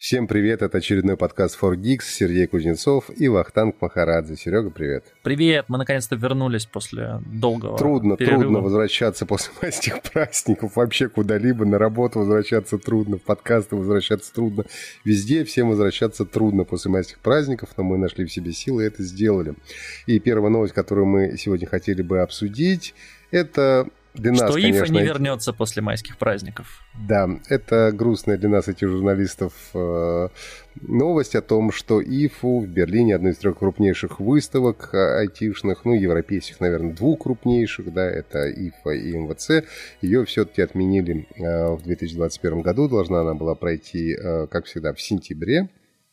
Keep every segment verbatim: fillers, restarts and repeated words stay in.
Всем привет, это очередной подкаст фор гикс, Сергей Кузнецов и Вахтанг Махарадзе. Серега, привет. Привет, мы наконец-то вернулись после долгого Трудно, перерыва. трудно возвращаться после майских праздников, вообще куда-либо, на работу возвращаться трудно, в подкасты возвращаться трудно, везде всем возвращаться трудно после майских праздников, но мы нашли в себе силы и это сделали. И первая новость, которую мы сегодня хотели бы обсудить, это... Для нас, что ИФА конечно, не вернется после майских праздников. Да, это грустная для нас, этих журналистов, э, новость о том, что ИФУ в Берлине, одной из трех крупнейших выставок айтишных, ну, европейских, наверное, двух крупнейших, да, это ИФА и МВЦ, ее все-таки отменили э, в две тысячи двадцать первом году, должна она была пройти, э, как всегда, в сентябре,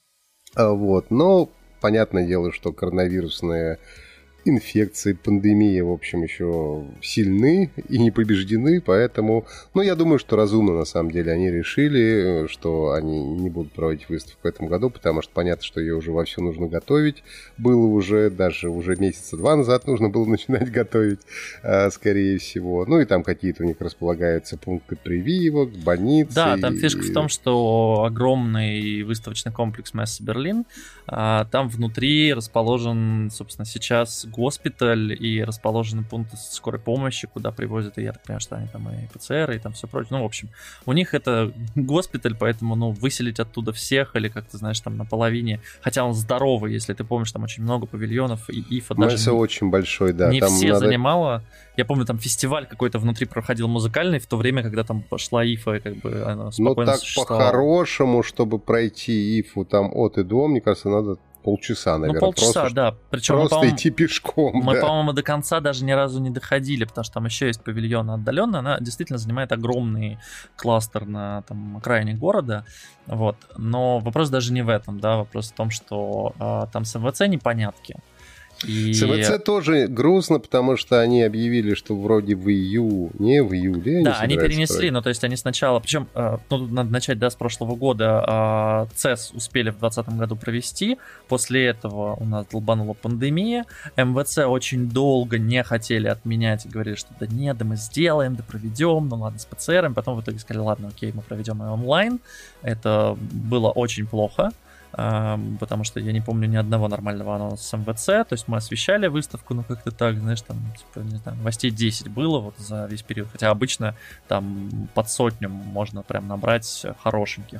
э, вот, но понятное дело, что коронавирусные инфекции, пандемия, в общем, еще сильны и не побеждены, поэтому, ну, я думаю, что разумно, на самом деле, они решили, что они не будут проводить выставку в этом году, потому что понятно, что ее уже вовсю нужно готовить, было уже, даже уже месяца два назад нужно было начинать готовить, скорее всего, ну, и там какие-то у них располагаются пункты прививок, больницы. Да, там и... фишка в том, что огромный выставочный комплекс Месса Берлин, там внутри расположен, собственно, сейчас госпиталь и расположены пункты скорой помощи, куда привозят, и я так понимаю, что они там и ПЦР, и там все прочее. Ну, в общем, у них это госпиталь, поэтому, ну, выселить оттуда всех или, как ты знаешь, там наполовине, хотя он здоровый, если ты помнишь, там очень много павильонов, и ИФА даже... Месса очень большой, да. Не там все надо... занимало. Я помню, там фестиваль какой-то внутри проходил музыкальный, в то время, когда там пошла ИФА, и как бы она спокойно Ну, так существовала. по-хорошему, чтобы пройти ИФУ там от и до, мне кажется, надо полчаса, наверное. Ну, полчаса, просто, да. Причем просто мы, идти пешком. Мы, да. по-моему, до конца даже ни разу не доходили, потому что там еще есть павильон отдаленный. Она действительно занимает огромный кластер на там, окраине города. Вот. Но вопрос даже не в этом, да. Вопрос в том, что а, там с МВЦ непонятки. И... С МВЦ тоже грустно, потому что они объявили, что вроде в июне, не в июле. Да, они перенесли, строить. ну то есть они сначала, причем, ну, надо начать, да, с прошлого года, ЦЕС успели в двадцатом году провести, после этого у нас долбанула пандемия, МВЦ очень долго не хотели отменять и говорили, что да нет, да мы сделаем, да проведем, ну ладно, с ПЦРом, потом в итоге сказали, ладно, окей, мы проведем и онлайн, это было очень плохо. Потому что я не помню ни одного нормального анонса с МВЦ, то есть мы освещали выставку, ну как-то так, знаешь, там, типа, не знаю, новостей десять было вот за весь период, хотя обычно там под сотню можно прям набрать хорошеньких.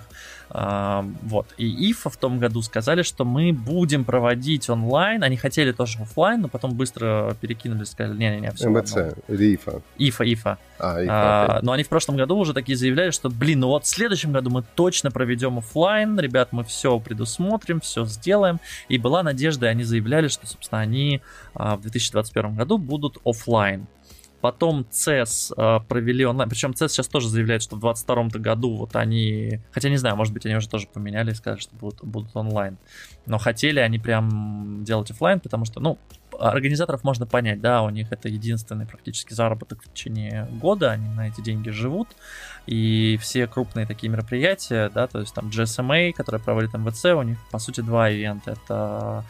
Вот, и ИФА в том году сказали, что мы будем проводить онлайн, они хотели тоже в офлайн, но потом быстро перекинулись, сказали, не-не-не, все МВЦ равно. или ИФА? ИФА, ИФА. А, ИФА, а, но они в прошлом году уже такие заявляли, что, блин, ну вот в следующем году мы точно проведем офлайн, ребят, мы все предусмотрим, все сделаем. И была надежда, и они заявляли, что, собственно, они а, в две тысячи двадцать первом году будут офлайн. Потом ЦЕС э, провели онлайн, причем ЦЕС сейчас тоже заявляет, что в двадцать втором году вот они, хотя не знаю, может быть они уже тоже поменяли и сказали, что будут, будут онлайн, но хотели они прям делать офлайн, потому что, ну, организаторов можно понять, да, у них это единственный практически заработок в течение года, они на эти деньги живут, и все крупные такие мероприятия, да, то есть там джи эс эм эй, который проводит МВЦ, у них, по сути, два ивента, это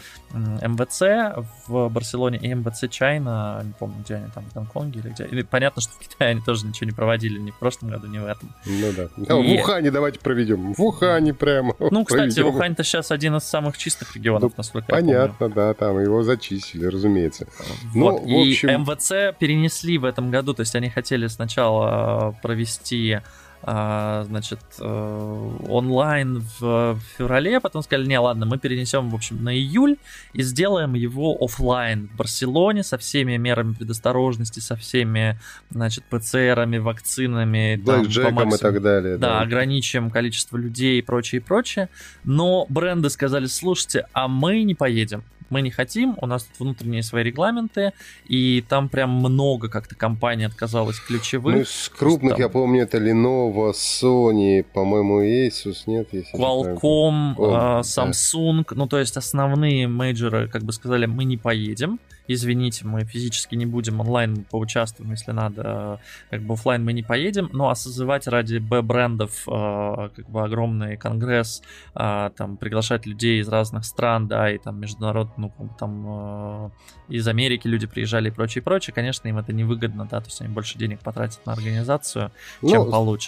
МВЦ в Барселоне и МВЦ Чайна, не помню, где они там, в Гонконге или где, и понятно, что в Китае они тоже ничего не проводили ни в прошлом году, ни в этом. Ну да, и... в Ухане давайте проведем, в Ухане прямо. Ну, кстати, проведем. Ухань-то сейчас один из самых чистых регионов, ну, насколько понятно, я помню. Понятно, да, там его зачистили, разумеется. Вот, ну, в общем... и МВЦ перенесли в этом году, то есть они хотели сначала провести, значит, онлайн в феврале, потом сказали, не, ладно, мы перенесем, в общем, на июль и сделаем его офлайн в Барселоне со всеми мерами предосторожности, со всеми, значит, ПЦРами, вакцинами, блэкджеком и так далее. Да, да, ограничим количество людей и прочее, и прочее. Но бренды сказали, слушайте, а мы не поедем. Мы не хотим, у нас тут внутренние свои регламенты, и там прям много как-то компаний отказалось ключевых. Ну, из крупных, там... я помню, это Lenovo, Sony, по-моему, Asus, нет? Если Qualcomm, О, Samsung, да. Ну, то есть основные мейджоры, как бы сказали, мы не поедем. Извините, мы физически не будем, онлайн поучаствуем, если надо, как бы офлайн мы не поедем, ну а созывать ради Б-брендов как бы огромный конгресс, там приглашать людей из разных стран, да, и там международно, ну там из Америки люди приезжали и прочее, прочее, конечно, им это невыгодно, да, то есть они больше денег потратят на организацию, чем ну, получат.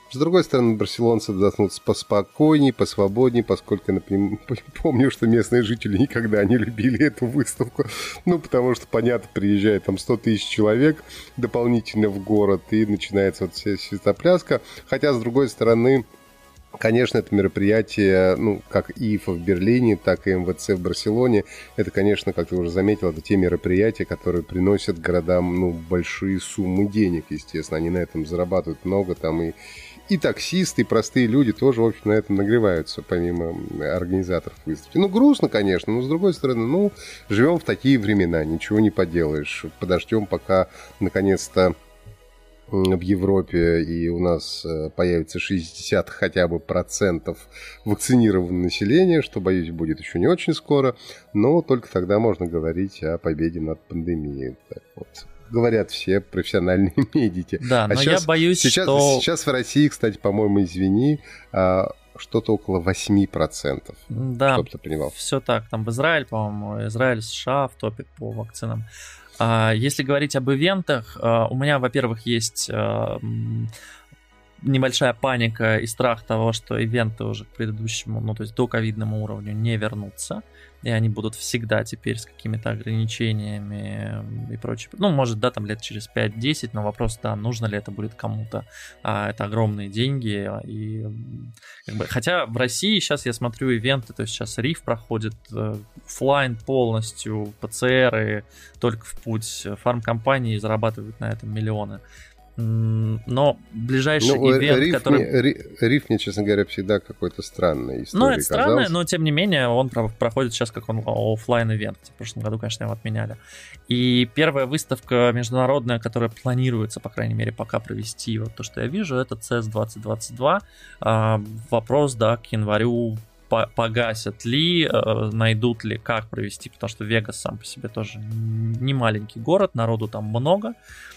С другой стороны, барселонцы вздохнутся поспокойней, посвободней, поскольку я помню, что местные жители никогда не любили эту выставку. Ну, потому что, понятно, приезжает там сто тысяч человек дополнительно в город, и начинается вот вся светопляска. Хотя, с другой стороны, конечно, это мероприятие, ну, как и ИФА в Берлине, так и МВЦ в Барселоне, это, конечно, как ты уже заметил, это те мероприятия, которые приносят городам, ну, большие суммы денег, естественно. Они на этом зарабатывают много, там и, и таксисты, и простые люди тоже, в общем, на этом нагреваются, помимо организаторов выставки. Ну, грустно, конечно, но, с другой стороны, ну, живем в такие времена, ничего не поделаешь. Подождем, пока, наконец-то, в Европе и у нас появится шестьдесят хотя бы процентов вакцинированного населения, что, боюсь, будет еще не очень скоро, но только тогда можно говорить о победе над пандемией. Так вот. Говорят все профессиональные медики. Да, а но сейчас, я боюсь, сейчас, что... Сейчас в России, кстати, по-моему, извини, что-то около восемь процентов. Да, чтобы ты понимал. Все так. Там в Израиль, по-моему, Израиль, США в топе по вакцинам. Если говорить об ивентах, у меня, во-первых, есть небольшая паника и страх того, что ивенты уже к предыдущему, ну то есть до ковидному уровню не вернутся, и они будут всегда теперь с какими-то ограничениями и прочее. Ну, может, да, там лет через пять-десять, но вопрос, да, нужно ли это будет кому-то. А, это огромные деньги. И, как бы, хотя в России сейчас я смотрю ивенты, то есть сейчас РИФ проходит офлайн полностью, ПЦРы только в путь, фармкомпании зарабатывают на этом миллионы. Но ближайший ну, ивент, риф который... Мне, риф мне, честно говоря, всегда какой-то странной историей Ну, это странно, казался. Но тем не менее он проходит сейчас как он офлайн ивент. В прошлом году, конечно, его отменяли. И первая выставка международная, которая планируется, по крайней мере, пока провести, вот то, что я вижу, это си и эс двадцать двадцать два. Вопрос, да, к январю погасят ли, найдут ли, как провести, потому что Вегас сам по себе тоже не маленький город, народу там много.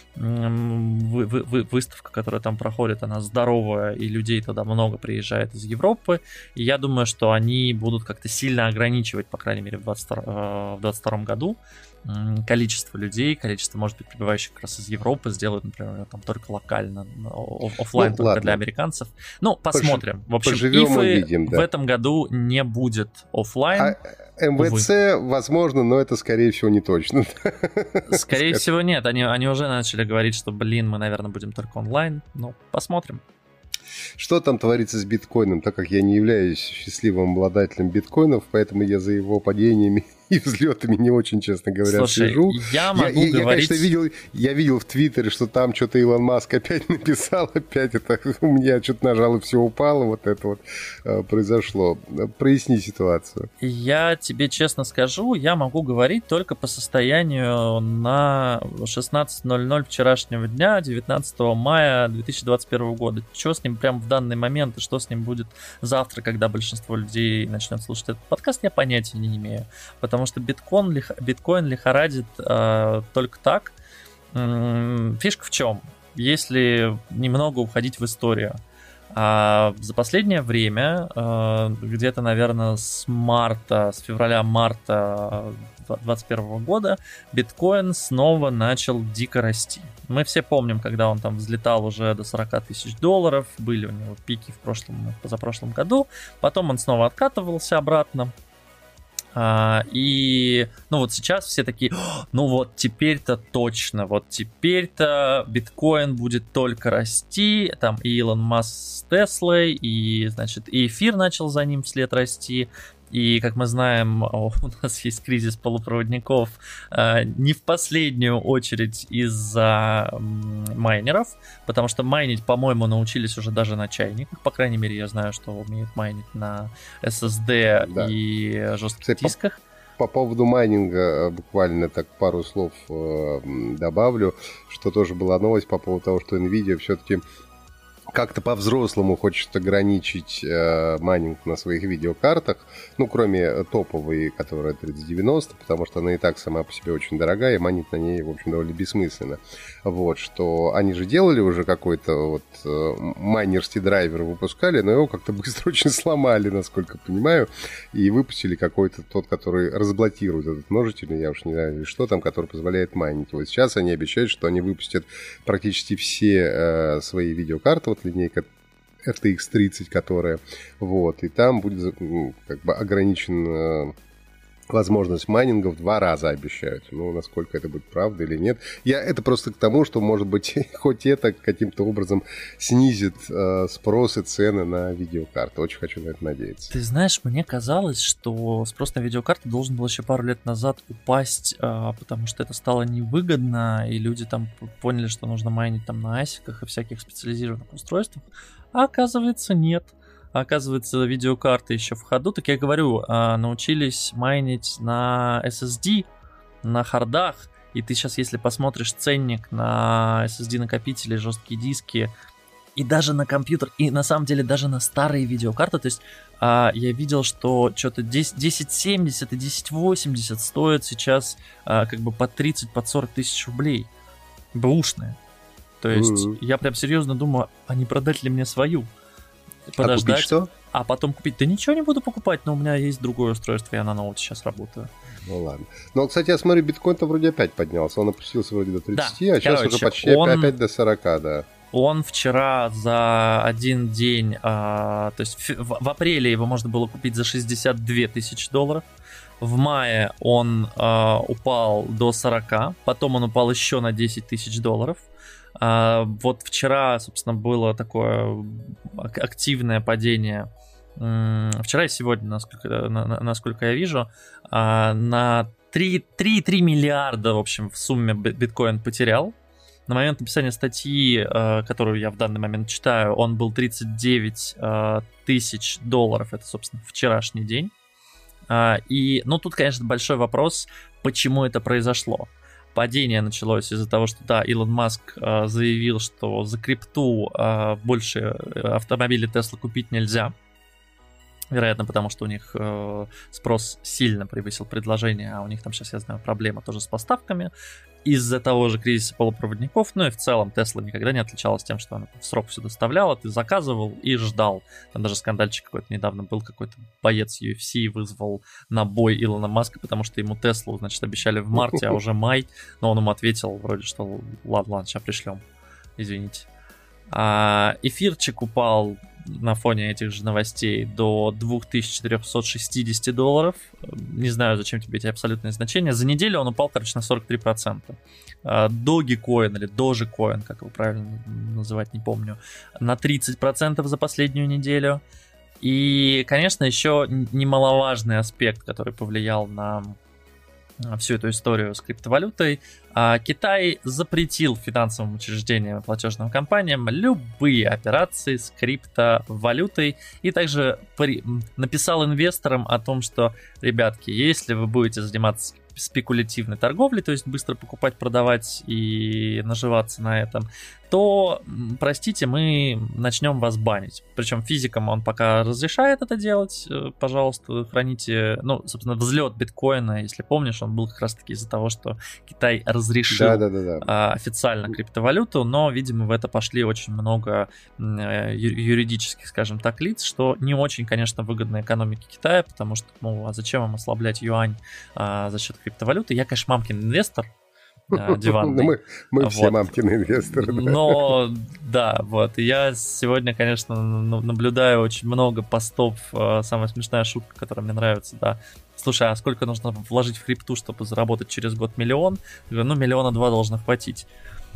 Вы, вы, выставка, которая там проходит, она здоровая, и людей туда много приезжает из Европы, и я думаю, что они будут как-то сильно ограничивать, по крайней мере, в двадцать втором году количество людей, количество, может быть, прибывающих как раз из Европы, сделают, например, там только локально, офлайн ну, только ладно. Для американцев. Ну, посмотрим. Пож... В общем, ИФы видим, да. В этом году не будет офлайн. А... МВЦ, увы. Возможно, но это, скорее всего, не точно. Скорее всего, нет. Они, они уже начали говорить, что, блин, мы, наверное, будем только онлайн. Ну, посмотрим. Что там творится с биткоином, так как я не являюсь счастливым обладателем биткоинов, поэтому я за его падениями и взлетами не очень, честно говоря, Слушай, слежу. я могу я, я, говорить... Я, конечно, видел, я видел в Твиттере, что там что-то Илон Маск опять написал, опять это у меня что-то нажал и все упало, вот это вот э, произошло. Проясни ситуацию. Я тебе честно скажу, я могу говорить только по состоянию на шестнадцать ноль ноль вчерашнего дня, девятнадцатого мая две тысячи двадцать первого года. Что с ним прямо в данный момент и что с ним будет завтра, когда большинство людей начнет слушать этот подкаст, я понятия не имею. Потому что биткоин, лих... биткоин лихорадит э, только так. М-м, фишка в чем? Если немного уходить в историю. А за последнее время, э, где-то, наверное, с марта, с февраля-марта двадцать первого года, биткоин снова начал дико расти. Мы все помним, когда он там взлетал уже до сорок тысяч долларов, были у него пики в прошлом, позапрошлом году, потом он снова откатывался обратно. А, и, ну вот сейчас все такие, ну вот теперь-то точно, вот теперь-то биткоин будет только расти, там и Илон Маск с Теслой, и, значит, и эфир начал за ним вслед расти. И, как мы знаем, у нас есть кризис полупроводников не в последнюю очередь из-за майнеров, потому что майнить, по-моему, научились уже даже на чайниках. По крайней мере, я знаю, что умеют майнить на эс эс ди да. и жестких Кстати, дисках. По, по поводу майнинга буквально так пару слов добавлю, что тоже была новость по поводу того, что Nvidia все-таки как-то по-взрослому хочет ограничить э, майнинг на своих видеокартах, ну, кроме топовой, которая тридцать девяносто, потому что она и так сама по себе очень дорогая, и майнить на ней, в общем, довольно бессмысленно. Вот, что они же делали уже какой-то вот э, майнерский драйвер, выпускали, но его как-то быстро очень сломали, насколько понимаю, и выпустили какой-то тот, который разблокирует этот множитель, я уж не знаю, что там, который позволяет майнить. Вот сейчас они обещают, что они выпустят практически все э, свои видеокарты, вот линейка эр ти экс тридцать, которая, вот, и там будет ну, как бы ограничен возможность майнинга в два раза обещают. Ну, насколько это будет правда или нет. Я это просто к тому, что, может быть, хоть это каким-то образом снизит э, спрос и цены на видеокарты. Очень хочу на это надеяться. Ты знаешь, мне казалось, что спрос на видеокарты должен был еще пару лет назад упасть, э, потому что это стало невыгодно, и люди там поняли, что нужно майнить там на асиках и всяких специализированных устройствах. А оказывается, нет. Оказывается, видеокарты еще в ходу. Так я говорю, научились майнить на эс эс ди, на хардах. И ты сейчас, если посмотришь ценник на эс эс ди-накопители, жесткие диски, и даже на компьютер, и на самом деле даже на старые видеокарты, то есть я видел, что что-то десять семьдесят и десять восемьдесят стоят сейчас как бы по тридцать, под сорок тысяч рублей. Бэушные. То есть mm-hmm. я прям серьезно думаю, а не продать ли мне свою? Подождать, а купить что? А потом купить. Да ничего не буду покупать, но у меня есть другое устройство, я на ноуте сейчас работаю. Ну ладно. Но, кстати, я смотрю, биткоин-то вроде опять поднялся. Он опустился вроде до тридцати, да, а сейчас короче, уже почти он, опять до сорока, да. Он вчера за один день, а, то есть в, в апреле его можно было купить за шестьдесят две тысячи долларов. В мае он а, упал до сорока, потом он упал еще на десять тысяч долларов. Uh, вот вчера, собственно, было такое активное падение. Uh, вчера и сегодня, насколько, на, насколько я вижу, uh, на три целых три миллиарда, в общем, в сумме биткоин потерял. На момент написания статьи, uh, которую я в данный момент читаю, он был тридцать девять uh, тысяч долларов. Это, собственно, вчерашний день. Uh, и, ну, тут, конечно, большой вопрос, почему это произошло. Падение началось из-за того, что, да, Илон Маск э, заявил, что за крипту э, больше автомобилей Tesla купить нельзя. Вероятно, потому что у них э, спрос сильно превысил предложение, а у них там сейчас, я знаю, проблема тоже с поставками. Из-за того же кризиса полупроводников, ну и в целом Tesla никогда не отличалась тем, что она в срок все доставляла, ты заказывал и ждал. Там даже скандальчик какой-то недавно был, какой-то боец ю эф си вызвал на бой Илона Маска, потому что ему Теслу, значит, обещали в марте, а уже май, но он ему ответил вроде, что ладно, ладно, сейчас пришлем, извините. А эфирчик упал на фоне этих же новостей до две тысячи четыреста шестьдесят долларов. Не знаю, зачем тебе эти абсолютные значения. За неделю он упал, короче, на сорок три процента. Dogecoin или Dogecoin, как его правильно называть, не помню, на тридцать процентов за последнюю неделю. И, конечно, еще немаловажный аспект, который повлиял на всю эту историю с криптовалютой. Китай запретил финансовым учреждениям и платежным компаниям любые операции с криптовалютой и также при... написал инвесторам о том, что, ребятки, если вы будете заниматься спекулятивной торговлей, то есть быстро покупать, продавать и наживаться на этом, то, простите, мы начнем вас банить. Причем физикам он пока разрешает это делать. Пожалуйста, храните, ну, собственно, взлет биткоина, если помнишь, он был как раз-таки из-за того, что Китай разрешил да, да, да, да. официально криптовалюту, но, видимо, в это пошли очень много юридических, скажем так, лиц, что не очень, конечно, выгодно экономике Китая, потому что, ну, а зачем им ослаблять юань а, за счет криптовалюты? Я, конечно, мамкин инвестор, диванный. Мы, мы все вот. Мамкины инвесторы. Да. Но, да, вот. Я сегодня, конечно, наблюдаю очень много постов. Самая смешная шутка, которая мне нравится, да. Слушай, а сколько нужно вложить в крипту, чтобы заработать через год миллион? Я говорю, ну, миллиона два должно хватить.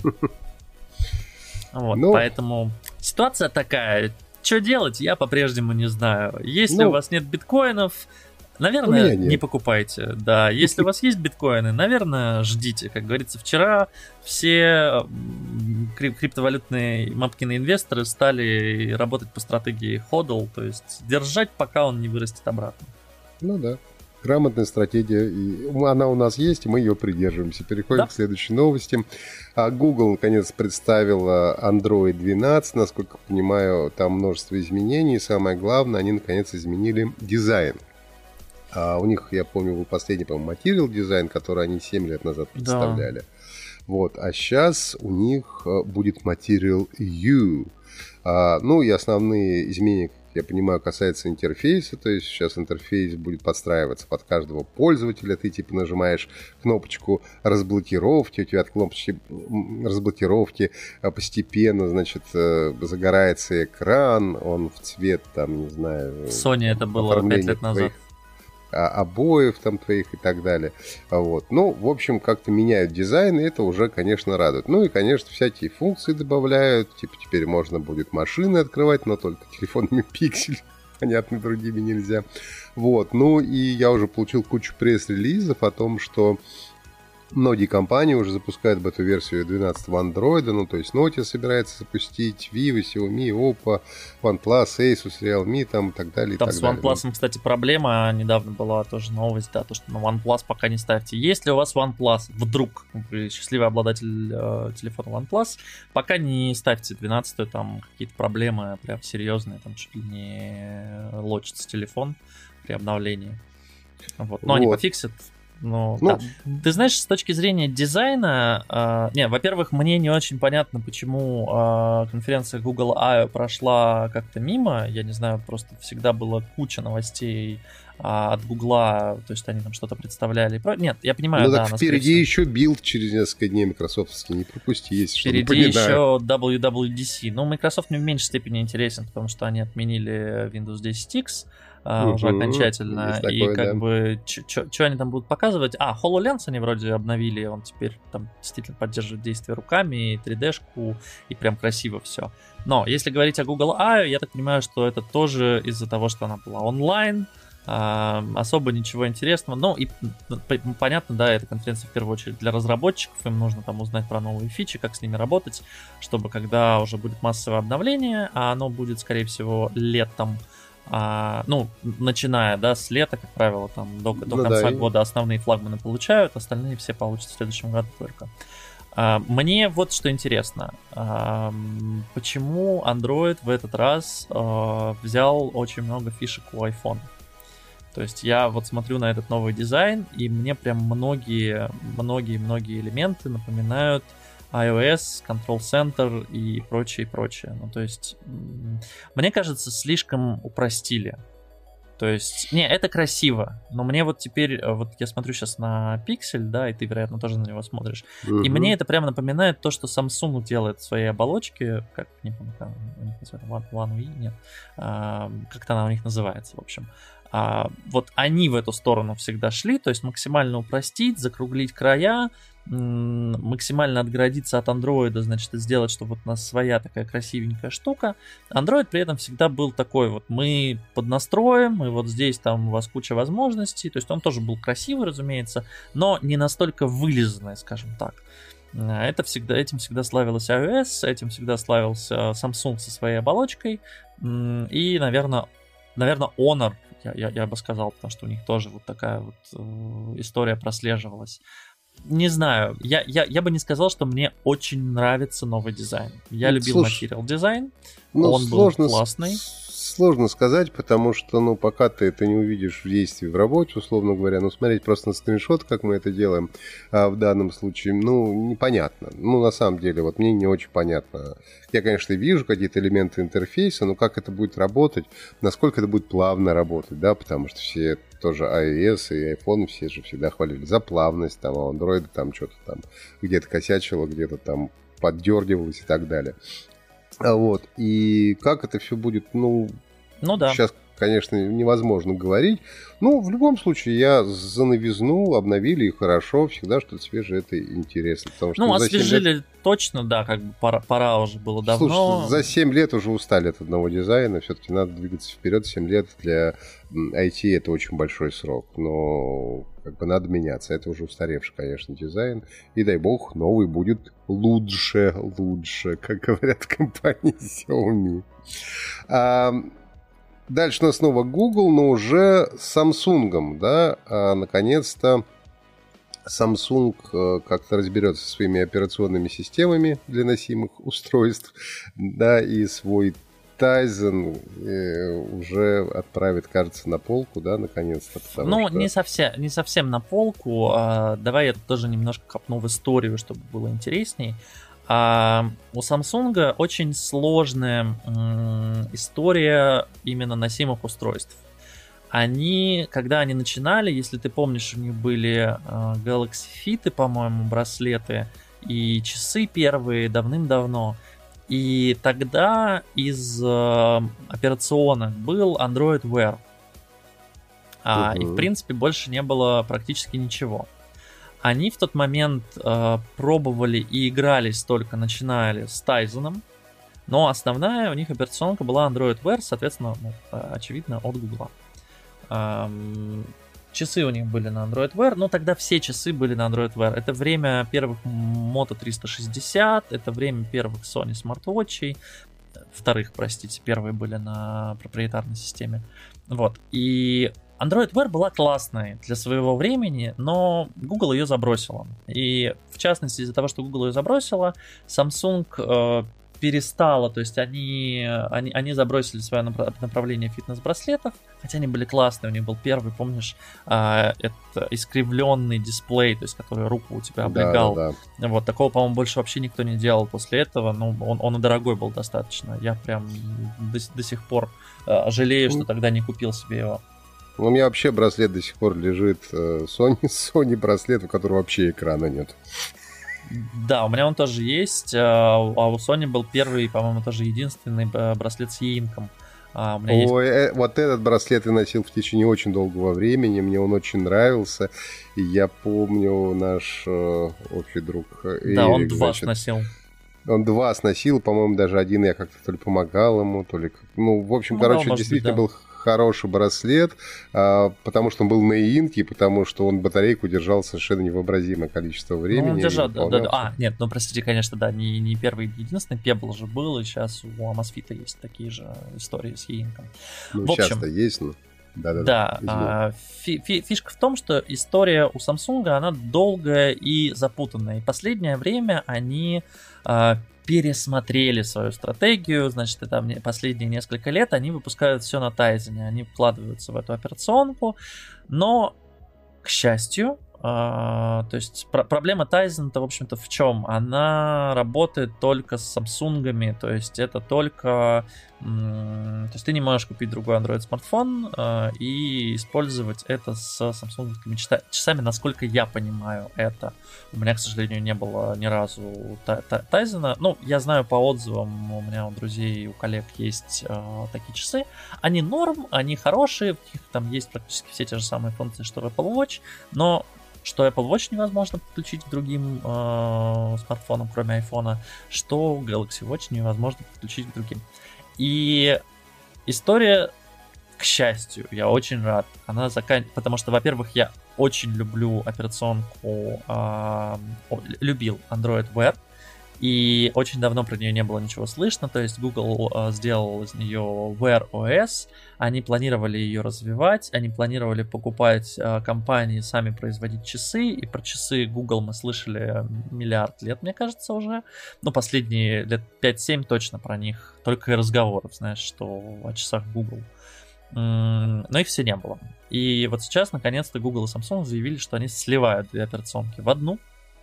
Вот, ну, поэтому ситуация такая. Что делать, я по-прежнему не знаю. Если ну, у вас нет биткоинов, наверное, не покупайте. Да, если у вас есть биткоины, наверное, ждите. Как говорится, вчера все криптовалютные мамкины инвесторы стали работать по стратегии hodl, то есть держать, пока он не вырастет обратно. Ну да. Грамотная стратегия, и она у нас есть, и мы ее придерживаемся. Переходим да. к следующей новости. Google, наконец, представила Android двенадцать. Насколько понимаю, там множество изменений. Самое главное, они, наконец, изменили дизайн. А у них, я помню, был последний, по-моему, Material дизайн, который они семь лет назад представляли. Да. Вот. А сейчас у них будет Material U. А, ну и основные изменения, я понимаю, касается интерфейса, то есть сейчас интерфейс будет подстраиваться под каждого пользователя, ты типа нажимаешь кнопочку разблокировки, у тебя от кнопочки разблокировки постепенно, значит, загорается экран, он в цвет, там, не знаю... В Sony это было пять лет назад. Обоев там твоих и так далее. Вот. Ну, в общем, как-то меняют дизайн, и это уже, конечно, радует. Ну и, конечно, всякие функции добавляют. Типа теперь можно будет машины открывать, но только телефонами Pixel. Понятно, другими нельзя. Вот. Ну и я уже получил кучу пресс-релизов о том, что многие компании уже запускают бета-версию двенадцатого Android, ну, то есть Nokia собирается запустить, Vivo, Xiaomi, Oppo, OnePlus, Asus, Realme, там, и так далее, там и так с далее. OnePlus, кстати, проблема, недавно была тоже новость, да, то, что на OnePlus пока не ставьте. Если у вас OnePlus, вдруг вы счастливый обладатель э, телефона OnePlus, пока не ставьте двенадцатую, там какие-то проблемы прям серьезные, там чуть ли не лочится телефон при обновлении. Вот. Но вот. Они пофиксят. Ну, ну, да. Ты знаешь, с точки зрения дизайна, э, не, во-первых, мне не очень понятно, почему э, конференция Google I O прошла как-то мимо. Я не знаю, просто всегда была куча новостей э, от Google, то есть они там что-то представляли. Нет, я понимаю, ну, да. Так впереди еще билд через несколько дней микрософтовский, не пропусти, есть впереди что еще дабл ю дабл ю ди си. Ну, Microsoft мне в меньшей степени интересен, потому что они отменили Windows десять икс. Uh, уже uh-huh. окончательно. Такое, и как да. бы, что они там будут показывать? А, HoloLens они вроде обновили, он теперь там действительно поддерживает действие руками, и три дэ-шку, и прям красиво все. Но если говорить о Google I O, я так понимаю, что это тоже из-за того, что она была онлайн, а, особо ничего интересного. Ну, и понятно, да, эта конференция в первую очередь для разработчиков, им нужно там узнать про новые фичи, как с ними работать, чтобы когда уже будет массовое обновление, а оно будет, скорее всего, летом, А, ну, начиная, да, с лета, как правило, там до, до ну, конца да, года основные флагманы получают, остальные все получат в следующем году только. А, мне вот что интересно. А, почему Android в этот раз а, взял очень много фишек у iPhone? То есть я вот смотрю на этот новый дизайн, и мне прям многие, многие, многие элементы напоминают iOS, Control Center и прочее, и прочее. Ну, то есть, мне кажется, слишком упростили. То есть, не, это красиво, но мне вот теперь, вот я смотрю сейчас на Pixel, да, и ты, вероятно, тоже на него смотришь, uh-huh. и мне это прямо напоминает то, что Samsung делает в своей оболочке, как, не помню, как у них называется, One UI, нет, а, как-то она у них называется, в общем. А, вот они в эту сторону всегда шли, то есть максимально упростить, закруглить края, максимально отгородиться от андроида, значит, и сделать, чтобы вот у нас своя такая красивенькая штука. Android при этом всегда был такой вот, мы поднастроим, и вот здесь там у вас куча возможностей, то есть он тоже был красивый, разумеется, но не настолько вылизанный, скажем так. Это всегда, этим всегда славилась iOS, этим всегда славился Samsung со своей оболочкой, и, наверное, наверное, Honor, я, я, я бы сказал, потому что у них тоже вот такая вот э, история прослеживалась. Не знаю, я, я, я бы не сказал, что мне очень нравится новый дизайн. Я ну, любил слушай, Material дизайн, ну, он сложно, был классный. Сложно сказать, потому что, ну, пока ты это не увидишь в действии в работе, условно говоря, ну, смотреть просто на скриншот, как мы это делаем а, в данном случае, ну, непонятно. Ну, на самом деле, вот мне не очень понятно. Я, конечно, вижу какие-то элементы интерфейса, но как это будет работать, насколько это будет плавно работать, да, потому что все тоже iOS и iPhone все же всегда хвалили за плавность, там, а у Android там что-то там где-то косячило, где-то там поддергивалось и так далее. Вот, и как это все будет, ну, ну да. Сейчас, конечно, невозможно говорить. Ну, в любом случае, я за новизну, обновили и хорошо, всегда что-то свежее, это интересно. Потому что ну, освежили лет... точно, да, как бы пора, пора уже было давно. Слушай, за семь лет уже устали от одного дизайна, все-таки надо двигаться вперед. семь лет для ай ти это очень большой срок, но как бы надо меняться. Это уже устаревший, конечно, дизайн. И дай бог, новый будет лучше, лучше, как говорят в компании Xiaomi. А, дальше у нас снова Google, но уже с Samsung, да, а, наконец-то Samsung а, как-то разберется со своими операционными системами для носимых устройств, да, и свой Tizen э, уже отправит, кажется, на полку, да, наконец-то. Ну, что... не, совсем, не совсем на полку. А, давай я тоже немножко копну в историю, чтобы было интересней. А у Samsung очень сложная м, история именно носимых устройств. Они, когда они начинали, если ты помнишь, у них были э, Galaxy Fit, по-моему, браслеты и часы первые давным-давно. И тогда из э, операционок был Android Wear. А, Угу. И, в принципе, больше не было практически ничего. Они в тот момент э, пробовали и игрались только, начинали с Tizen, но основная у них операционка была Android Wear, соответственно, ну, очевидно, от Google. Эм, часы у них были на Android Wear, но тогда все часы были на Android Wear. Это время первых Moto триста шестьдесят, это время первых Sony смарт-вотчей, вторых, простите, первые были на проприетарной системе. Вот, и Android Wear была классной для своего времени, но Google ее забросила. И в частности из-за того, что Google ее забросила, Samsung э, перестала, то есть они, они, они забросили свое направление фитнес-браслетов, хотя они были классные, у них был первый, помнишь, э, это искривленный дисплей, то есть который руку у тебя облегал. Да, да, да. Вот, такого, по-моему, больше вообще никто не делал после этого, ну, он, он и дорогой был достаточно, я прям до, до сих пор э, жалею, что тогда не купил себе его. У меня вообще браслет до сих пор лежит, Sony, Sony браслет, у которого вообще экрана нет. Да, у меня он тоже есть, а у Sony был первый, по-моему, тоже единственный браслет с e-инком. А, Ой, есть... вот этот браслет я носил в течение очень долгого времени, мне он очень нравился, и я помню наш э, общий друг Эрик. Да, он два значит, сносил. Он два сносил, по-моему, даже один я как-то то ли помогал ему, то ли... Ну, в общем, Помогал, короче, действительно быть, да. был хороший браслет, а, потому что он был на и-инке, потому что он батарейку держал совершенно невообразимое количество времени. Ну, он держал, да, да, да. А, нет, ну, простите, конечно, да, не, не первый, единственный, Pebble же был, и сейчас у Amazfit есть такие же истории с e-инком. Ну, в общем, сейчас-то есть, но... Да-да-да. Да, а, фи- фи- фишка в том, что история у Samsung, она долгая и запутанная. И последнее время они а, пересмотрели свою стратегию. Значит, это последние несколько лет они выпускают все на Tizen. Они вкладываются в эту операционку. Но, к счастью, Uh, то есть про- проблема Tizen-то, в общем-то, в чем? Она работает только с Самсунгами, то есть это только... М- то есть ты не можешь купить другой Android смартфон uh, и использовать это с самсунговскими часа- часами, насколько я понимаю это. У меня, к сожалению, не было ни разу Tizen. Ну, я знаю по отзывам, у меня у друзей и у коллег есть uh, такие часы. Они норм, они хорошие, в них там есть практически все те же самые функции, что в Apple Watch, но что Apple Watch невозможно подключить к другим э, смартфонам, кроме айфона, что Galaxy Watch невозможно подключить к другим. И история, к счастью, я очень рад, она заканчивается, потому что, во-первых, я очень люблю операционку, э, любил Android Wear, и очень давно про нее не было ничего слышно, то есть Google э, сделал из нее Wear о эс, они планировали ее развивать, они планировали покупать э, компании, сами производить часы, и про часы Google мы слышали миллиард лет, мне кажется, уже, ну, последние лет пять-семь точно про них, только и разговоров, знаешь, что о часах Google. Но их все не было. И вот сейчас, наконец-то, Google и Samsung заявили, что они сливают две операционки в одну.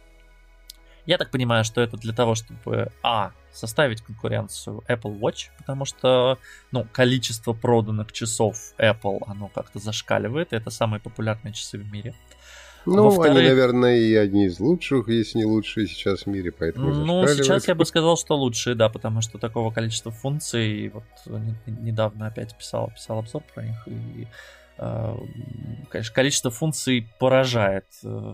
Я так понимаю, что это для того, чтобы, а, составить конкуренцию Apple Watch, потому что, ну, количество проданных часов Apple, оно как-то зашкаливает, это самые популярные часы в мире. Ну, Во-вторых, они, наверное, и одни из лучших, если не лучшие сейчас в мире, поэтому Ну, сейчас я бы сказал, что лучшие, да, потому что такого количества функций, вот недавно опять писал, писал обзор про них, и конечно, количество функций поражает.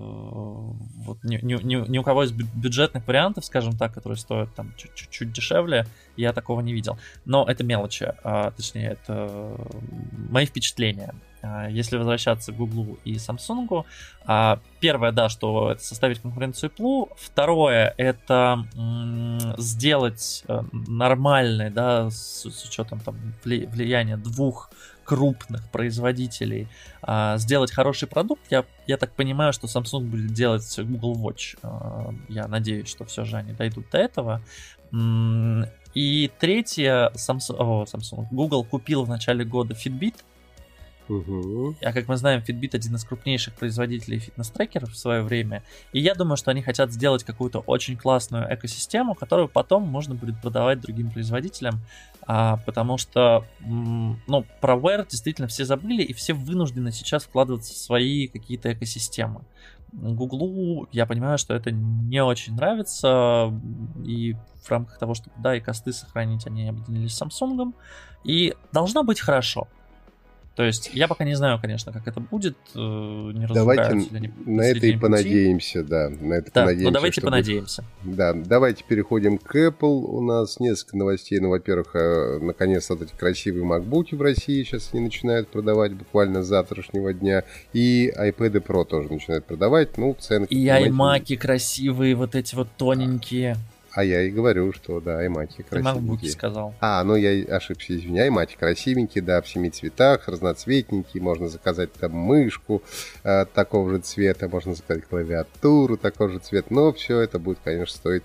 Вот ни, ни, ни у кого из бюджетных вариантов, скажем так, которые стоят там чуть-чуть дешевле, я такого не видел. Но это мелочи, а, точнее, это мои впечатления. Если возвращаться к Google и Samsung, первое, да, что это составить конкуренцию Apple. Второе, это м- сделать нормальный, да, с, с учетом там влияния двух крупных производителей, а, сделать хороший продукт. Я, я так понимаю, что Samsung будет делать Google Watch. А, я надеюсь, что все же они дойдут до этого. И третье, Samsung, о, Samsung, Google купил в начале года Fitbit. Угу. А как мы знаем, Fitbit один из крупнейших производителей фитнес-трекеров в свое время. И я думаю, что они хотят сделать какую-то очень классную экосистему, которую потом можно будет продавать другим производителям. А, потому что, ну, про Wear действительно все забыли, и все вынуждены сейчас вкладываться в свои какие-то экосистемы. Гуглу, я понимаю, что это не очень нравится, и в рамках того, чтобы, да, и косты сохранить, они объединились с Samsung, и должно быть хорошо. То есть я пока не знаю, конечно, как это будет, не давайте на это и понадеемся, да, на это да, понадеемся. Ну давайте чтобы... понадеемся. Да, давайте переходим к Apple. У нас несколько новостей. Ну, во-первых, наконец-то вот эти красивые MacBook'и в России сейчас они начинают продавать буквально с завтрашнего дня. И iPad Pro тоже начинают продавать. Ну, ценки... И iMac'и красивые, вот эти вот тоненькие. А я и говорю, что да, iMac'и красивенькие. Ты MacBook'и сказал. А, ну я ошибся, извини. iMac'и красивенькие, да, в семи цветах, разноцветненькие. Можно заказать там мышку э, такого же цвета, можно заказать клавиатуру такого же цвета. Но все это будет, конечно, стоить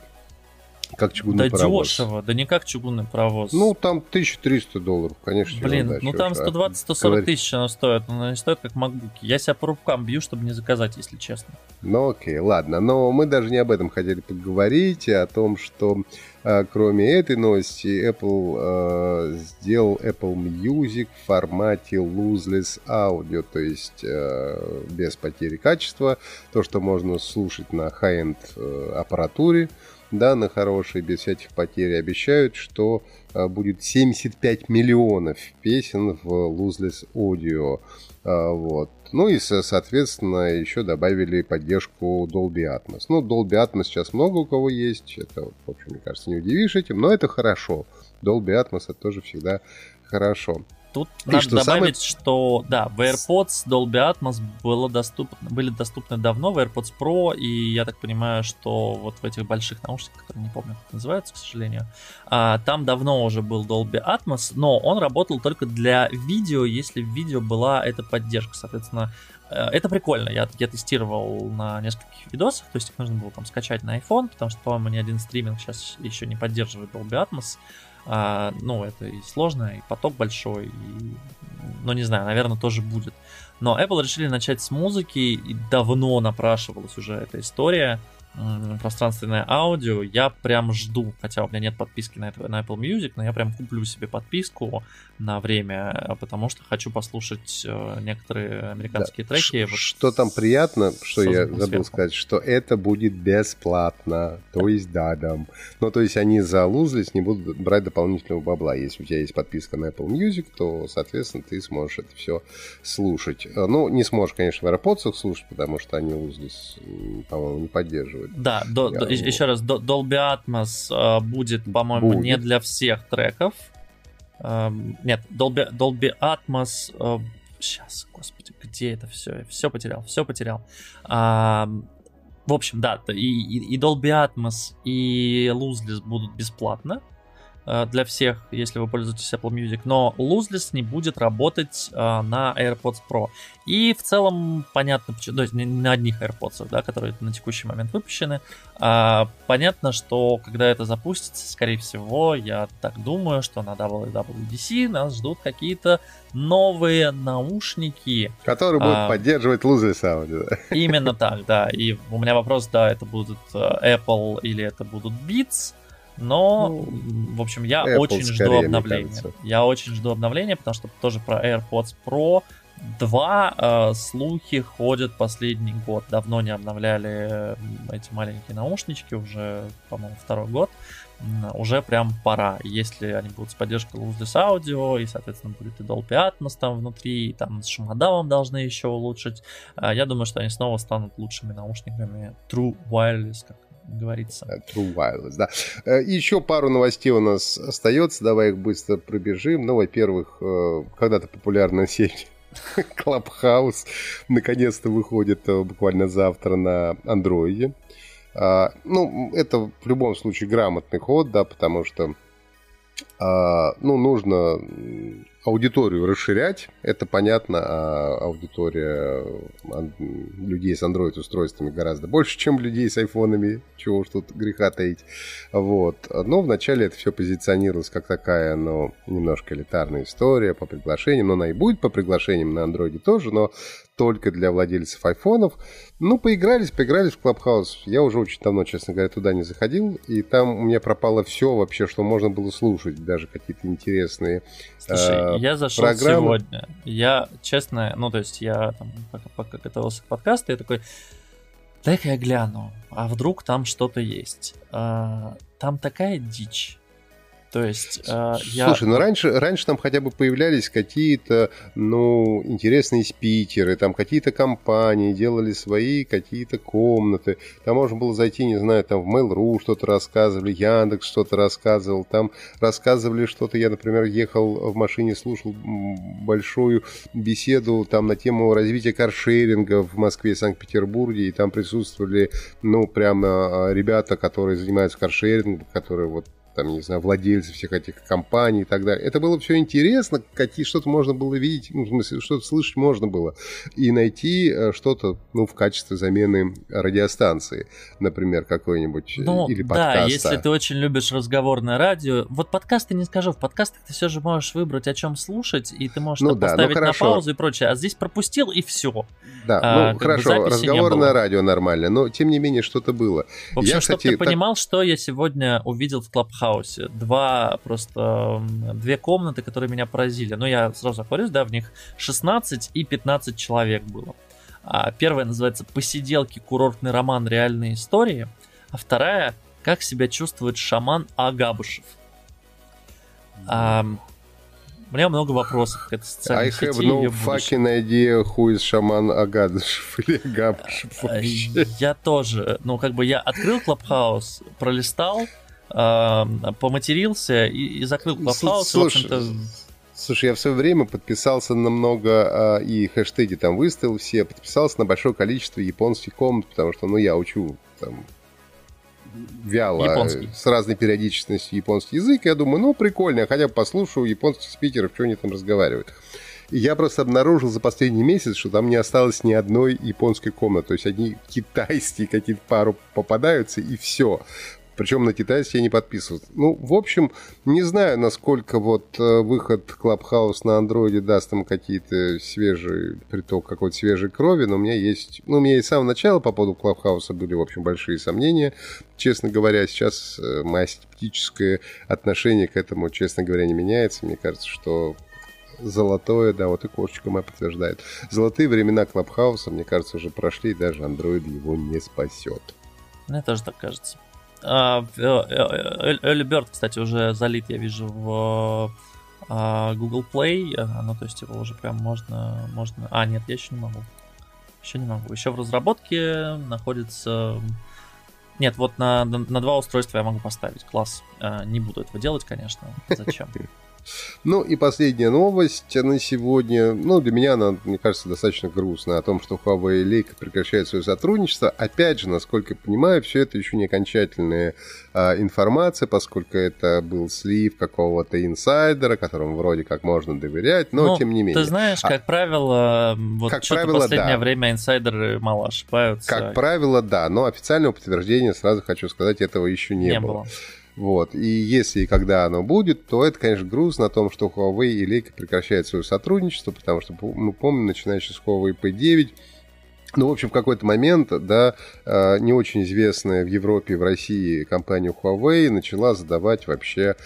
как чугунный да паровоз. Да дешево, да не как чугунный паровоз. Ну, там тысяча триста долларов, конечно. Блин, да, ну там сто двадцать - сто сорок тысяч оно стоит, но не стоит как MacBook'и. Я себя по рукам бью, чтобы не заказать, если честно. Ну окей, ладно. Но мы даже не об этом хотели поговорить, а о том, что э, кроме этой новости Apple э, сделал Apple Music в формате lossless audio, то есть э, без потери качества. То, что можно слушать на high-end э, аппаратуре, да, на хорошей, без всяких потерь. Обещают, что э, будет семьдесят пять миллионов песен в lossless audio. Э, вот. Ну и, соответственно, еще добавили поддержку Dolby Atmos. Ну, Dolby Atmos сейчас много у кого есть. Это, в общем, мне кажется, не удивишь этим, но это хорошо. Dolby Atmos это тоже всегда хорошо. Тут и надо что добавить, самое... что да, в AirPods Dolby Atmos было доступно, были доступны давно, в AirPods Pro, и я так понимаю, что вот в этих больших наушниках, которые не помню, как называются, к сожалению, а, там давно уже был Dolby Atmos, но он работал только для видео, если в видео была эта поддержка, соответственно, это прикольно, я, я тестировал на нескольких видосах, то есть их нужно было там скачать на iPhone, потому что, по-моему, ни один стриминг сейчас еще не поддерживает Dolby Atmos. А, ну, это и сложно, и поток большой, и, ну, не знаю, наверное, тоже будет. Но Apple решили начать с музыки, и давно напрашивалась уже эта история, пространственное аудио. Я прям жду, хотя у меня нет подписки на, это, на Apple Music, но я прям куплю себе подписку на время, потому что хочу послушать некоторые американские да. треки. Ш- вот что там приятно, что я забыл сверху. сказать, что это будет бесплатно, то есть да, да. Ну, то есть они за lossless не будут брать дополнительного бабла. Если у тебя есть подписка на Apple Music, то, соответственно, ты сможешь это все слушать. Ну, не сможешь, конечно, в AirPods слушать, потому что они lossless, по-моему, не поддерживают. Да, до, Я, до, еще раз, Dolby Atmos э, будет, по-моему, будет. не для всех треков. Э, нет, Dolby, Dolby Atmos... Э, сейчас, господи, где это все? Я все потерял, все потерял. Э, в общем, да, и, и, и Dolby Atmos, и Lossless будут бесплатно для всех, если вы пользуетесь Apple Music, но lossless не будет работать а, на AirPods Pro. И в целом понятно, почему, то есть не на одних AirPods, да, которые на текущий момент выпущены. А, понятно, что когда это запустится, скорее всего, я так думаю, что на дабл ю дабл ю ди си нас ждут какие-то новые наушники, которые будут а, поддерживать lossless audio. Именно так, да. И у меня вопрос, да, это будут Apple или это будут Beats. Но, ну, в общем, я Apple очень скорее, жду обновления. Я очень жду обновления, потому что тоже про AirPods Pro два э, слухи ходят последний год. Давно не обновляли эти маленькие наушнички, уже, по-моему, второй год. Уже прям пора. Если они будут с поддержкой Lossless Audio, и, соответственно, будет и Dolby Atmos там внутри, и там с шумодавом должны еще улучшить, э, я думаю, что они снова станут лучшими наушниками True Wireless, как говорится. True Wireless, да. Еще пару новостей у нас остается, давай их быстро пробежим. Ну, во-первых, когда-то популярная сеть Clubhouse наконец-то выходит буквально завтра на андроиде. Ну, это в любом случае грамотный ход, да, потому что ну, нужно аудиторию расширять, это понятно, а аудитория людей с Android-устройствами гораздо больше, чем людей с айфонами, чего уж тут греха таить. Вот. Но вначале это все позиционировалось как такая, ну, немножко элитарная история по приглашениям, но она и будет по приглашениям на Android тоже, но только для владельцев айфонов. Ну, поигрались, поигрались в Clubhouse. Я уже очень давно, честно говоря, туда не заходил, и там у меня пропало все вообще, что можно было слушать, даже какие-то интересные Слушай, э, я зашел программы. сегодня. Я, честно, ну, то есть я там, пока, пока готовился к подкасту, я такой, дай-ка я гляну, а вдруг там что-то есть. А, там такая дичь. То есть, э, я... Слушай, ну раньше, раньше там хотя бы появлялись какие-то, ну, интересные спикеры, там какие-то компании делали свои какие-то комнаты. Там можно было зайти, не знаю, там в Mail.ru что-то рассказывали, Яндекс что-то рассказывал, там рассказывали что-то. Я, например, ехал в машине, слушал большую беседу там на тему развития каршеринга в Москве и Санкт-Петербурге, и там присутствовали, ну, прямо ребята, которые занимаются каршерингом, которые вот там, не знаю, владельцы всех этих компаний и так далее. Это было все интересно, какие что-то можно было видеть, ну, в смысле, что-то слышать можно было, и найти что-то, ну, в качестве замены радиостанции, например, какой-нибудь, ну, или подкаста. Да, если ты очень любишь разговорное радио, вот подкасты не скажу, в подкастах ты все же можешь выбрать, о чем слушать, и ты можешь ну, да, поставить на паузу и прочее, а здесь пропустил, и все. Да, а, ну, хорошо, разговорное радио нормально, но, тем не менее, что-то было. В общем, я, чтобы кстати, ты так... понимал, что я сегодня увидел в Clubhouse. Два, просто две комнаты, которые меня поразили. Но я сразу оговорюсь, да, в них шестнадцать и пятнадцать человек было. А первая называется «Посиделки. Курортный роман. Реальные истории». А вторая «Как себя чувствует шаман Агабышев». А, у меня много вопросов к этой социальной I сети. have no fucking idea who is шаман Агабышев или Агабышев вообще. Я тоже. Ну, как бы я открыл Clubhouse, пролистал, поматерился и, и закрыл Clubhouse. Слушай, слушай, я в свое время подписался на много, и хэштеги там выставил все, подписался на большое количество японских комнат, потому что, ну, я учу там вяло, японский. С разной периодичностью японский язык, я думаю, ну, прикольно, я хотя бы послушаю японских спикеров, что они там разговаривают. И я просто обнаружил за последний месяц, что там не осталось ни одной японской комнаты, то есть одни китайские какие-то пару попадаются, и все. Причем на китайский я не подписывался. Ну, в общем, не знаю, насколько вот выход Clubhouse на андроиде даст им какие-то свежие, приток какой-то свежей крови, но у меня есть... Ну, у меня и с самого начала по поводу Clubhouse были, в общем, большие сомнения. Честно говоря, сейчас мое скептическое отношение к этому, честно говоря, не меняется. Мне кажется, что золотое, да, вот и кошечка моя подтверждает. Золотые времена Clubhouse, мне кажется, уже прошли, и даже Android его не спасет. Мне тоже так кажется. Early Bird, кстати, уже залит, я вижу, в Google Play. Ну, то есть его уже прям можно... можно... А, нет, я еще не могу. Еще не могу. Еще в разработке находится... Нет, вот на, на два устройства я могу поставить. Класс. Не буду этого делать, конечно. Зачем? Ну и последняя новость на сегодня, ну для меня она, мне кажется, достаточно грустная, о том, что Huawei и Leica прекращают свое сотрудничество. Опять же, насколько я понимаю, все это еще не окончательная а, информация, поскольку это был слив какого-то инсайдера, которому вроде как можно доверять, но, но тем не менее. Ты знаешь, как а, правило, вот как что-то правило, последнее да. время инсайдеры мало ошибаются. Как правило, да, но официального подтверждения, сразу хочу сказать, этого еще не, не было. было. Вот. И если и когда оно будет, то это, конечно, грустно о том, что Huawei и Leica прекращают свое сотрудничество, потому что, мы помним, начиная с Huawei пи девять, ну, в общем, в какой-то момент, да, не очень известная в Европе и в России компания Huawei начала задавать вообще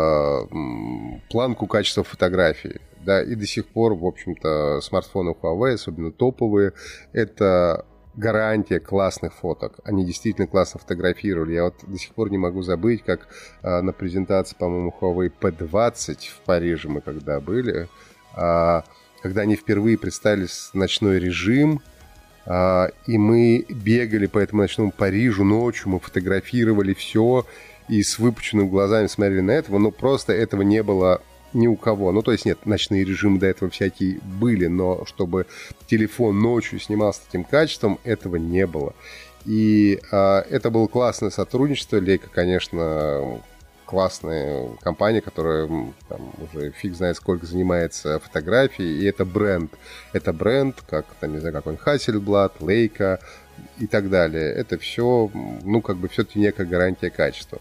планку качества фотографий. Да, и до сих пор, в общем-то, смартфоны Huawei, особенно топовые, это гарантия классных фоток. Они действительно классно фотографировали. Я вот до сих пор не могу забыть, как а, на презентации, по-моему, Huawei пи двадцать в Париже мы когда были, а, когда они впервые представили ночной режим, а, и мы бегали по этому ночному Парижу ночью, мы фотографировали все и с выпученными глазами смотрели на этого, но просто этого не было ни у кого. Ну, то есть, нет, ночные режимы до этого всякие были, но чтобы телефон ночью снимал с таким качеством, этого не было. И а, это было классное сотрудничество. Leica, конечно, классная компания, которая там уже фиг знает сколько занимается фотографией, и это бренд. Это бренд, как, там, не знаю, какой-нибудь Hasselblad, Leica и так далее. Это все, ну, как бы все-таки некая гарантия качества.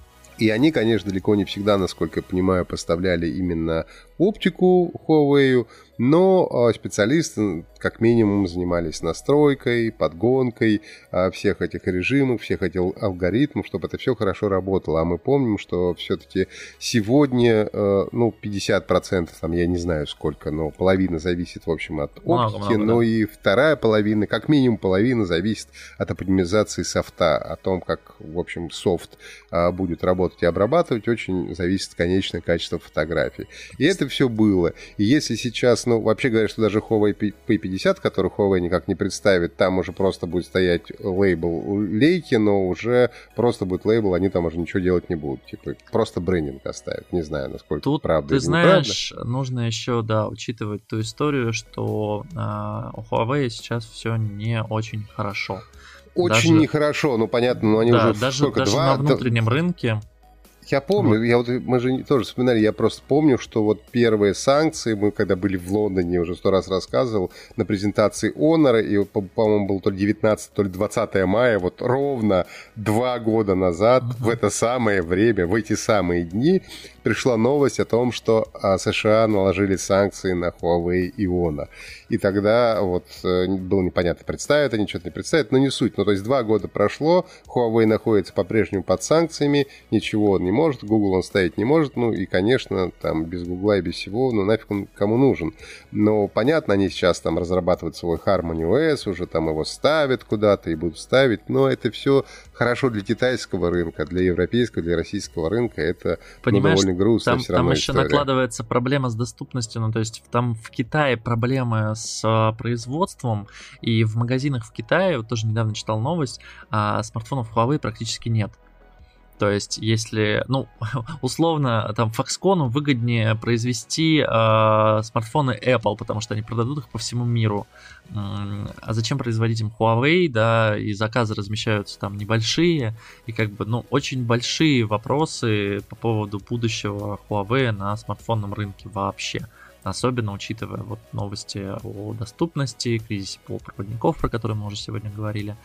И они, конечно, далеко не всегда, насколько я понимаю, поставляли именно оптику Huawei, но специалисты как минимум занимались настройкой, подгонкой всех этих режимов, всех этих алгоритмов, чтобы это все хорошо работало. А мы помним, что все-таки сегодня, ну, пятьдесят процентов, там, я не знаю сколько, но половина зависит, в общем, от оптики, много, много, но да. И вторая половина, как минимум половина, зависит от оптимизации софта, о том, как, в общем, софт будет работать и обрабатывать, очень зависит конечное качество фотографий. И это все было. И если сейчас, ну, вообще говорят, что даже Huawei пи пятьдесят, который Huawei никак не представит, там уже просто будет стоять лейбл Leica, но уже просто будет лейбл, они там уже ничего делать не будут. Типа, просто брендинг оставят. Не знаю, насколько тут, правда ты или знаешь, неправда. Нужно еще, да, учитывать ту историю, что э, у Huawei сейчас все не очень хорошо. Очень даже, нехорошо, ну понятно, но они да, уже даже, сколько, даже два... на внутреннем рынке. Я помню, Вот. я вот, мы же тоже вспоминали, я просто помню, что вот первые санкции, мы когда были в Лондоне, уже сто раз рассказывал, на презентации Honor, и, по-моему, было то ли девятнадцатое, то ли двадцатое мая, вот ровно два года назад, uh-huh. в это самое время, в эти самые дни, пришла новость о том, что США наложили санкции на Huawei и Honor. И тогда вот было непонятно, представят они, что-то не представят, но не суть. Ну, то есть два года прошло, Huawei находится по-прежнему под санкциями, ничего он не может, Google он ставить не может, ну и, конечно, там без Гугла и без всего, ну нафиг он кому нужен. Но понятно, они сейчас там разрабатывают свой Harmony о эс, уже там его ставят куда-то и будут ставить, но это все хорошо для китайского рынка, для европейского, для российского рынка, это ну, довольно грустно там, все равно там еще история. Накладывается проблема с доступностью, ну то есть там в Китае проблемы с производством, и в магазинах в Китае, вот тоже недавно читал новость, а смартфонов Huawei практически нет. То есть, если, ну, условно, там, Foxconn выгоднее произвести э, смартфоны Apple, потому что они продадут их по всему миру. А зачем производить им Huawei, да, и заказы размещаются там небольшие, и как бы, ну, очень большие вопросы по поводу будущего Huawei на смартфонном рынке вообще. Особенно учитывая вот новости о доступности, кризисе полупроводников, про которые мы уже сегодня говорили,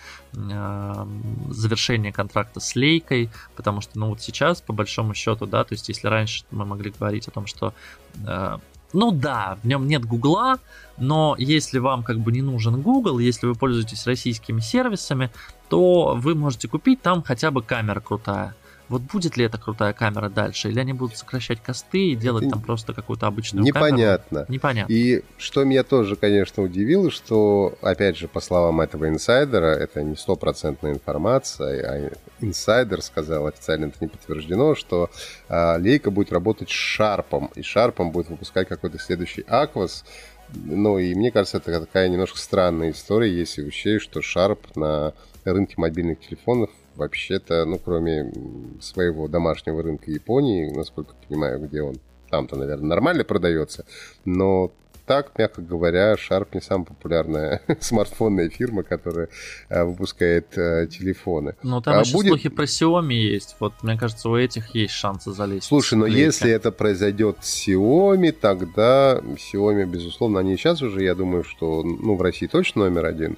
э, завершение контракта с Leica, потому что, ну вот сейчас, по большому счету, да, то есть если раньше мы могли говорить о том, что, э, ну да, в нем нет Гугла, но если вам как бы не нужен Google, если вы пользуетесь российскими сервисами, то вы можете купить там хотя бы камера крутая. Вот будет ли эта крутая камера дальше? Или они будут сокращать косты и делать это там просто какую-то обычную непонятно. камеру? Непонятно. И что меня тоже, конечно, удивило, что, опять же, по словам этого инсайдера, это не стопроцентная информация, а инсайдер сказал, официально это не подтверждено, что а, Leica будет работать с Sharp, и Sharp будет выпускать какой-то следующий Aquos. Ну, и мне кажется, это такая немножко странная история, если учесть, что Sharp на рынке мобильных телефонов вообще-то, ну, кроме своего домашнего рынка Японии, насколько я понимаю, где он там-то, наверное, нормально продается, но так, мягко говоря, Sharp не самая популярная смартфонная фирма, которая а, выпускает а, телефоны. Ну, там а еще будет... слухи про Xiaomi есть. Вот, мне кажется, у этих есть шансы залезть. Слушай, но если это произойдет с Xiaomi, тогда Xiaomi, безусловно, они сейчас уже, я думаю, что, ну, в России точно номер один.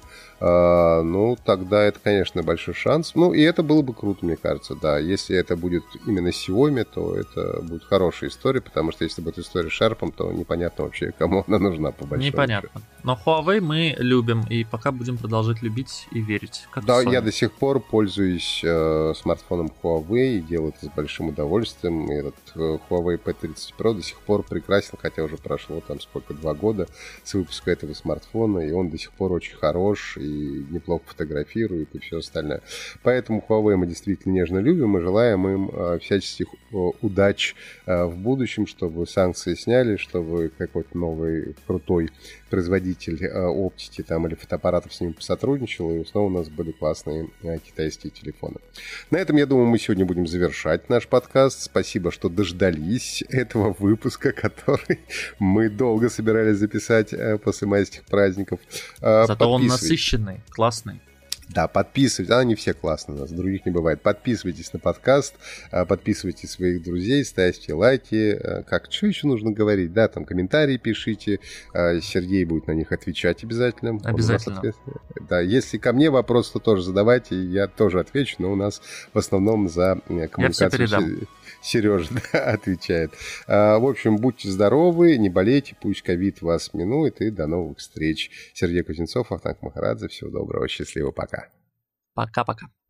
А, ну, тогда это, конечно, большой шанс. Ну, и это было бы круто, мне кажется, да. Если это будет именно Xiaomi, то это будет хорошая история, потому что если будет история с Sharp, то непонятно вообще, кому она нужна, по большому Непонятно. счету. Но Huawei мы любим, и пока будем продолжать любить и верить. Как да, я до сих пор пользуюсь э, смартфоном Huawei и делаю это с большим удовольствием. И этот э, Huawei пи тридцать про до сих пор прекрасен, хотя уже прошло там сколько, два года с выпуска этого смартфона, и он до сих пор очень хорош, и неплохо фотографирует, и все остальное. Поэтому Huawei мы действительно нежно любим, и желаем им э, всяческих э, удач э, в будущем, чтобы санкции сняли, чтобы какой-то новый крутой производитель э, оптики там или фотоаппаратов с ними посотрудничал, и снова у нас были классные э, китайские телефоны. На этом, я думаю, мы сегодня будем завершать наш подкаст. Спасибо, что дождались этого выпуска, который мы долго собирались записать э, после майских праздников. Э, Зато он насыщенный, классный. Да, подписывайтесь. А, не все классные у нас, других не бывает. Подписывайтесь на подкаст, подписывайте своих друзей, ставьте лайки. Как, что еще нужно говорить? Да, там комментарии пишите. Сергей будет на них отвечать обязательно. Обязательно. Да, если ко мне вопрос, то тоже задавайте, я тоже отвечу, но у нас в основном за коммуникацию Сережа да, отвечает. В общем, будьте здоровы, не болейте, пусть ковид вас минует, и до новых встреч. Сергей Кузнецов, Ахтанг Махарадзе. Всего доброго, счастливо, пока. Пока-пока.